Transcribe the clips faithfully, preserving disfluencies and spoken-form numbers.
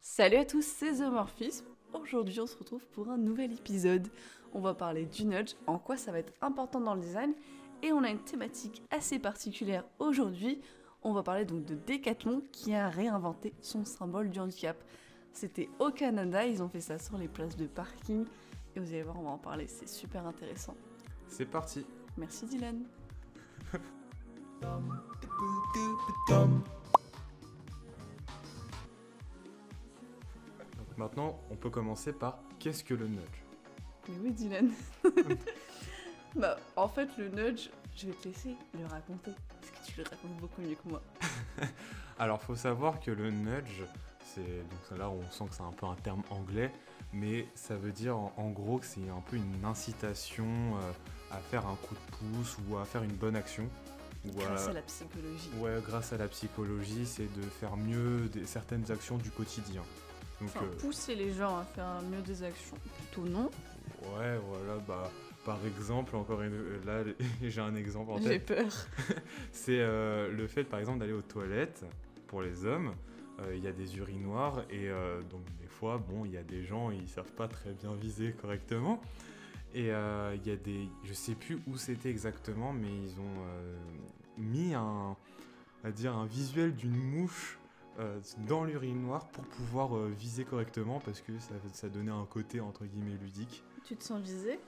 Salut à tous, c'est The Morphisme. Aujourd'hui, on se retrouve pour un nouvel épisode. On va parler du nudge, en quoi ça va être important dans le design, et on a une thématique assez particulière aujourd'hui. On va parler donc de Decathlon qui a réinventé son symbole du handicap. C'était au Canada, ils ont fait ça sur les places de parking, et vous allez voir, on va en parler, c'est super intéressant. C'est parti. Merci Dylan. Donc maintenant, on peut commencer par qu'est-ce que le nudge? Mais oui Dylan. Bah, en fait, le nudge, je vais te laisser le raconter, parce que tu le racontes beaucoup mieux que moi. Alors, faut savoir que le nudge, c'est donc là on sent que c'est un peu un terme anglais, mais ça veut dire en, en gros que c'est un peu une incitation euh, à faire un coup de pouce ou à faire une bonne action. Ou Grâce à- à la psychologie. Ouais, grâce à la psychologie, c'est de faire mieux des, certaines actions du quotidien. Donc, Enfin, euh, pousser les gens à faire mieux des actions, plutôt non. ouais, voilà, bah, par exemple, encore une, euh, là, j'ai un exemple en J'ai tête. peur. C'est euh, le fait, par exemple, d'aller aux toilettes pour les hommes. Euh, Il y a des urinoirs et euh, donc des fois, bon, il y a des gens, ils savent pas très bien viser correctement. Et euh, il y a des, je sais plus où c'était exactement, mais ils ont euh, mis un, on va dire, un visuel d'une mouche euh, dans l'urinoir pour pouvoir euh, viser correctement parce que ça, ça donnait un côté entre guillemets ludique. Tu te sens visé?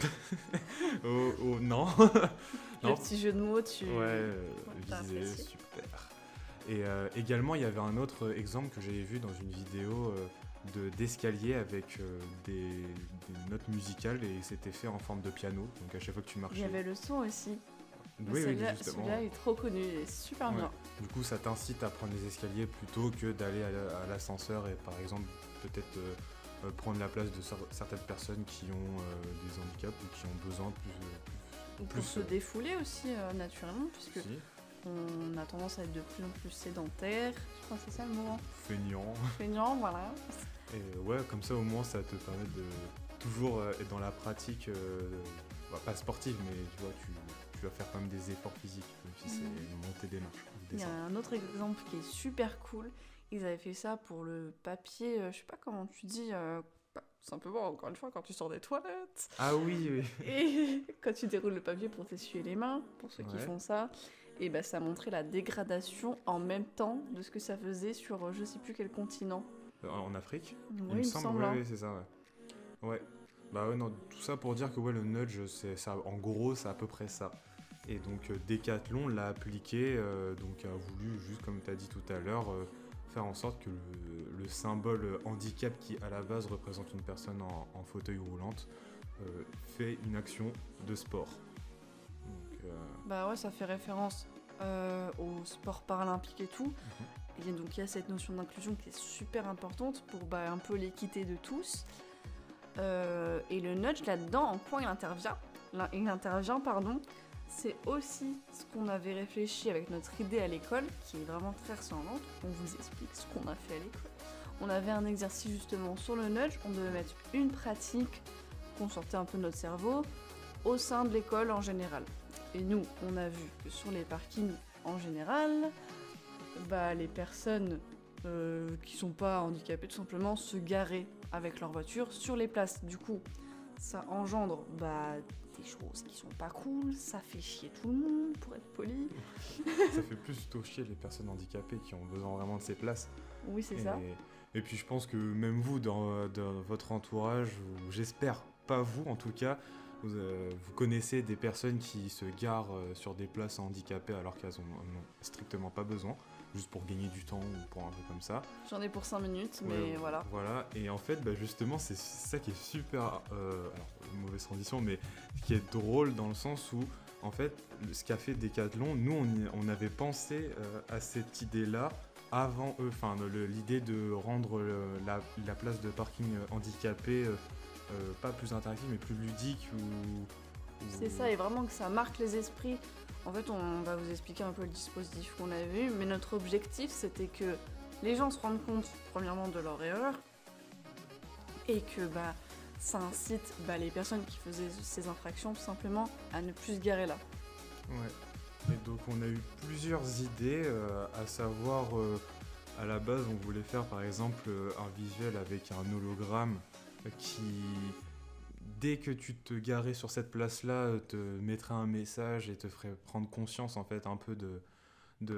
Oh, oh, non. Le Non. petit jeu de mots, tu... Ouais, euh, t'as visé, apprécié. super. Et euh, également, il y avait un autre exemple que j'avais vu dans une vidéo euh, de d'escalier avec euh, des, des notes musicales et c'était fait en forme de piano. Donc à chaque fois que tu Il marchais. y avait le son aussi. Mais Oui, oui, celui-là, justement. celui-là est trop connu, il est super Ouais. bien. Du coup, ça t'incite à prendre les escaliers plutôt que d'aller à la- à l'ascenseur et par exemple peut-être euh, euh, prendre la place de cer- certaines personnes qui ont euh, des handicaps ou qui ont besoin de plus. Ou pour Plus, se euh, défouler aussi, euh, naturellement, puisque Si, on a tendance à être de plus en plus sédentaire. Je crois que c'est ça le mot. hein. feignant. Feignant, voilà. Et ouais, comme ça au moins ça te permet de toujours euh, être dans la pratique, euh, bah, pas sportive, mais tu vois, tu, tu vas faire quand même des efforts physiques, même si c'est Mhm. monter des marches, Il y a descendre. un autre exemple qui est super cool. Ils avaient fait ça pour le papier, euh, je sais pas comment tu dis, euh, bah, simplement, encore une fois, quand tu sors des toilettes. Ah oui, oui. Et quand tu déroules le papier pour t'essuyer les mains, pour ceux qui Ouais. font ça, et bah ça montrait la dégradation en même temps de ce que ça faisait sur euh, je sais plus quel continent. Euh, En Afrique, Oui, il me semble, ouais, hein. ouais, c'est ça, ouais. Ouais. Bah ouais, non, tout ça pour dire que ouais, le nudge, c'est ça, en gros, c'est à peu près ça. Et donc euh, Decathlon l'a appliqué, euh, donc a voulu, juste comme tu as dit tout à l'heure, euh, faire en sorte que le, le symbole handicap qui à la base représente une personne en, en fauteuil roulante euh, fait une action de sport. Donc, euh, Bah ouais, ça fait référence euh, au sport paralympique et tout. Et donc il y a cette notion d'inclusion qui est super importante pour bah, un peu l'équité de tous. Euh, et le nudge là-dedans, en quoi il intervient Là, Il intervient, pardon. C'est aussi ce qu'on avait réfléchi avec notre idée à l'école, qui est vraiment très ressemblante. On vous explique ce qu'on a fait à l'école. On avait un exercice justement sur le nudge. On devait mettre une pratique qu'on sortait un peu de notre cerveau au sein de l'école en général. Et nous, on a vu que sur les parkings en général, bah, les personnes euh, qui sont pas handicapées tout simplement se garaient avec leur voiture sur les places. Du coup, ça engendre bah, des choses qui sont pas cool, ça fait chier tout le monde pour être poli. ça fait plutôt chier les personnes handicapées qui ont besoin vraiment de ces places. Oui, c'est Et, ça. et puis je pense que même vous, dans, dans votre entourage, ou j'espère pas vous en tout cas, vous, euh, vous connaissez des personnes qui se garent euh, sur des places handicapées alors qu'elles en ont strictement pas besoin, juste pour gagner du temps ou pour un truc comme ça. J'en ai pour cinq minutes, mais Ouais, voilà. Voilà, et en fait, bah, justement, c'est ça qui est super. Euh, alors, une mauvaise transition, mais qui est drôle dans le sens où, en fait, ce qu'a fait Decathlon, nous, on, y- on avait pensé euh, à cette idée-là avant eux. Enfin, le- l'idée de rendre le- la, la place de parking handicapée euh, euh, pas plus interactive, mais plus ludique ou. ou- C'est ça, et vraiment que ça marque les esprits. En fait, on va vous expliquer un peu le dispositif qu'on avait vu, mais notre objectif, c'était que les gens se rendent compte, premièrement, de leur erreur, et que bah, ça incite bah, les personnes qui faisaient ces infractions, tout simplement, à ne plus se garer là. Ouais. Et donc on a eu plusieurs idées, euh, à savoir euh, à la base, on voulait faire par exemple un visuel avec un hologramme qui, dès que tu te garais sur cette place-là, te mettrait un message et te ferait prendre conscience en fait un peu de, de,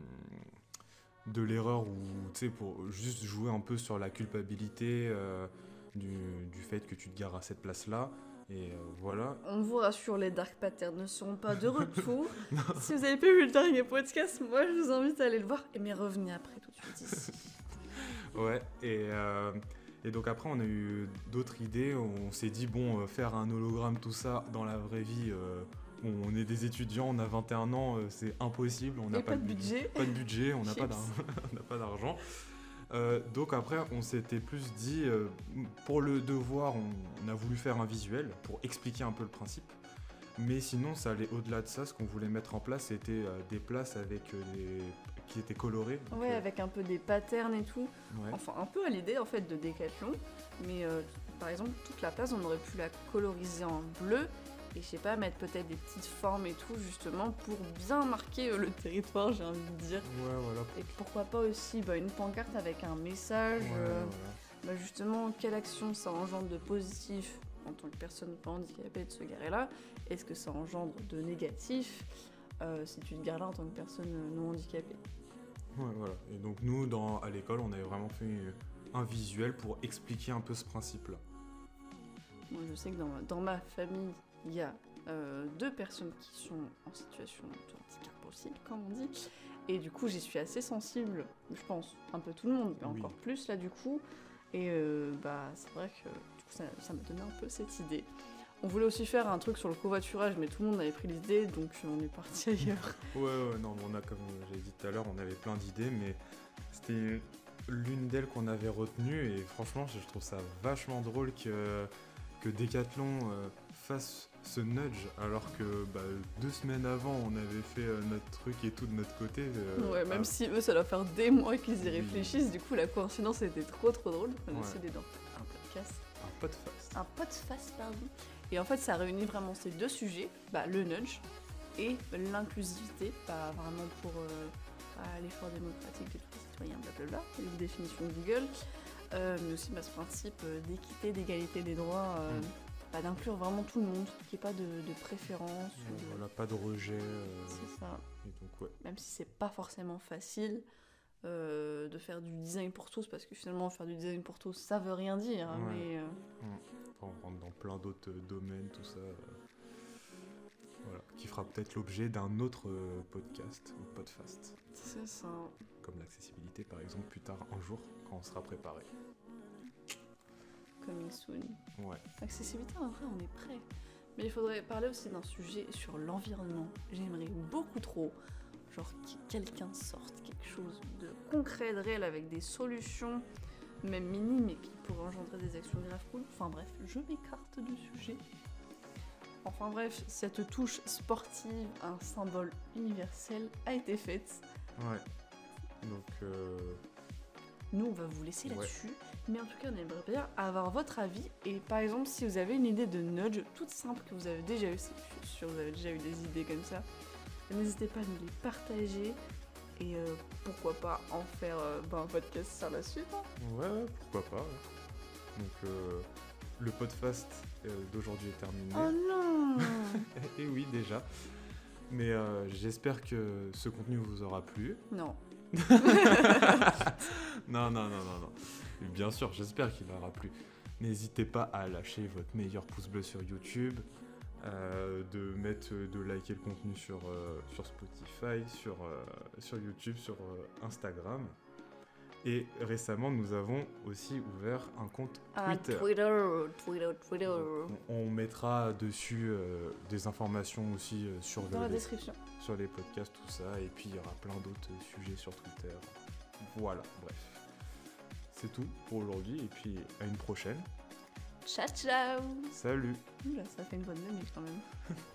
de l'erreur, ou tu sais, pour juste jouer un peu sur la culpabilité euh, du, du fait que tu te gares à cette place-là. Et euh, voilà. On vous rassure, les Dark Patterns ne seront pas de retour. Si vous avez pas vu le dernier podcast, moi je vous invite à aller le voir. Et mais revenez après tout de suite ici. Ouais, et, euh, et donc après on a eu d'autres idées. On s'est dit, bon, euh, faire un hologramme, tout ça, dans la vraie vie, euh, bon, on est des étudiants, on a vingt et un ans, euh, c'est impossible. On n'a pas, pas de budget. Pas de budget, on n'a pas d'ar- on n'a pas d'argent. Euh, donc après, on s'était plus dit, euh, pour le devoir, on, on a voulu faire un visuel pour expliquer un peu le principe. Mais sinon, ça allait au-delà de ça. Ce qu'on voulait mettre en place, c'était euh, des places avec euh, des... qui étaient colorées. Donc, ouais, euh... avec un peu des patterns et tout. Ouais. Enfin, un peu à l'idée en fait de Decathlon. Mais euh, par exemple, toute la place, on aurait pu la coloriser en bleu. Et je sais pas, mettre peut-être des petites formes et tout, justement, pour bien marquer euh, le territoire, j'ai envie de dire. Ouais, voilà. Et pourquoi pas aussi bah, une pancarte avec un message, Ouais, euh, voilà. bah, justement, quelle action ça engendre de positif en tant que personne pas handicapée de se garer là. Est-ce que ça engendre de négatif euh, si tu te gares là en tant que personne non handicapée. Ouais, voilà. Et donc nous, dans, à l'école, on avait vraiment fait un visuel pour expliquer un peu ce principe-là. Moi, je sais que dans, dans ma famille, il y a euh, deux personnes qui sont en situation de handicap aussi, comme on dit. Et du coup, j'y suis assez sensible, je pense, un peu tout le monde, mais Oui. encore plus là du coup. Et euh, bah, c'est vrai que du coup, ça, ça m'a donné un peu cette idée. On voulait aussi faire un truc sur le covoiturage, mais tout le monde avait pris l'idée, donc on est parti ailleurs. Ouais, ouais, non, on a, comme j'ai dit tout à l'heure, on avait plein d'idées, mais c'était l'une d'elles qu'on avait retenue, et franchement, je trouve ça vachement drôle que, que Decathlon euh, fasse ce nudge, alors que bah, deux semaines avant, on avait fait euh, notre truc et tout de notre côté. Euh, ouais, même ah, si eux, ça doit faire des mois qu'ils y Oui. réfléchissent, du coup, la coïncidence était trop trop drôle. On a Ouais. décidé d'en faire un podcast. un podcast. Un podcast, pardon. Et en fait, ça réunit vraiment ces deux sujets, bah, le nudge et l'inclusivité, bah, vraiment pour euh, bah, l'effort démocratique de tous les citoyens, blablabla, une définition de Google, euh, mais aussi bah, ce principe euh, d'équité, d'égalité des droits, euh, Mm. bah, d'inclure vraiment tout le monde, qu'il n'y ait pas de, de préférence. ou de- Voilà, pas de rejet. euh, C'est ça. et donc, ouais. Même si c'est pas forcément facile euh, de faire du design pour tous, parce que finalement, faire du design pour tous, ça veut rien dire, hein, Ouais. mais... euh, Enfin, on rentre dans plein d'autres euh, domaines, tout ça. euh, Voilà, qui fera peut-être l'objet d'un autre euh, podcast ou podcast, c'est ça. comme l'accessibilité par exemple plus tard un jour quand on sera préparé. Coming soon. Ouais. Accessibilité, en vrai, on est prêt. Mais il faudrait parler aussi d'un sujet sur l'environnement. J'aimerais beaucoup trop, genre, que quelqu'un sorte quelque chose de concret, de réel, avec des solutions, même minimes, mais qui pourraient engendrer des actions grave cool. Enfin bref, je m'écarte du sujet. Enfin bref, cette touche sportive, un symbole universel, a été faite. Ouais. Donc, euh, Nous, on va vous laisser Ouais. là-dessus. Mais en tout cas, on aimerait bien avoir votre avis. Et par exemple, si vous avez une idée de nudge toute simple que vous avez déjà eu, je suis sûre que vous avez déjà eu des idées comme ça, n'hésitez pas à nous les partager. Et euh, pourquoi pas en faire euh, bah, un podcast sur la suite. Hein. ouais, ouais, pourquoi pas. ouais. Donc, euh, le podcast euh, d'aujourd'hui est terminé. Oh non. Et oui, déjà. Mais euh, j'espère que ce contenu vous aura plu. Non. Non, non, non, non, non. Bien sûr, j'espère qu'il aura plu. N'hésitez pas à lâcher votre meilleur pouce bleu sur YouTube, euh, de mettre, de liker le contenu sur, euh, sur Spotify, sur, euh, sur YouTube, sur euh, Instagram. Et récemment, nous avons aussi ouvert un compte Ah, Twitter. Twitter, Twitter, Twitter. Donc, on, on mettra dessus euh, des informations aussi euh, sur, Dans la le, description. sur les podcasts, tout ça. Et puis, il y aura plein d'autres sujets sur Twitter. Voilà, bref. C'est tout pour aujourd'hui. Et puis, à une prochaine. Ciao, ciao. Salut! Oula, ça fait une bonne minute quand même.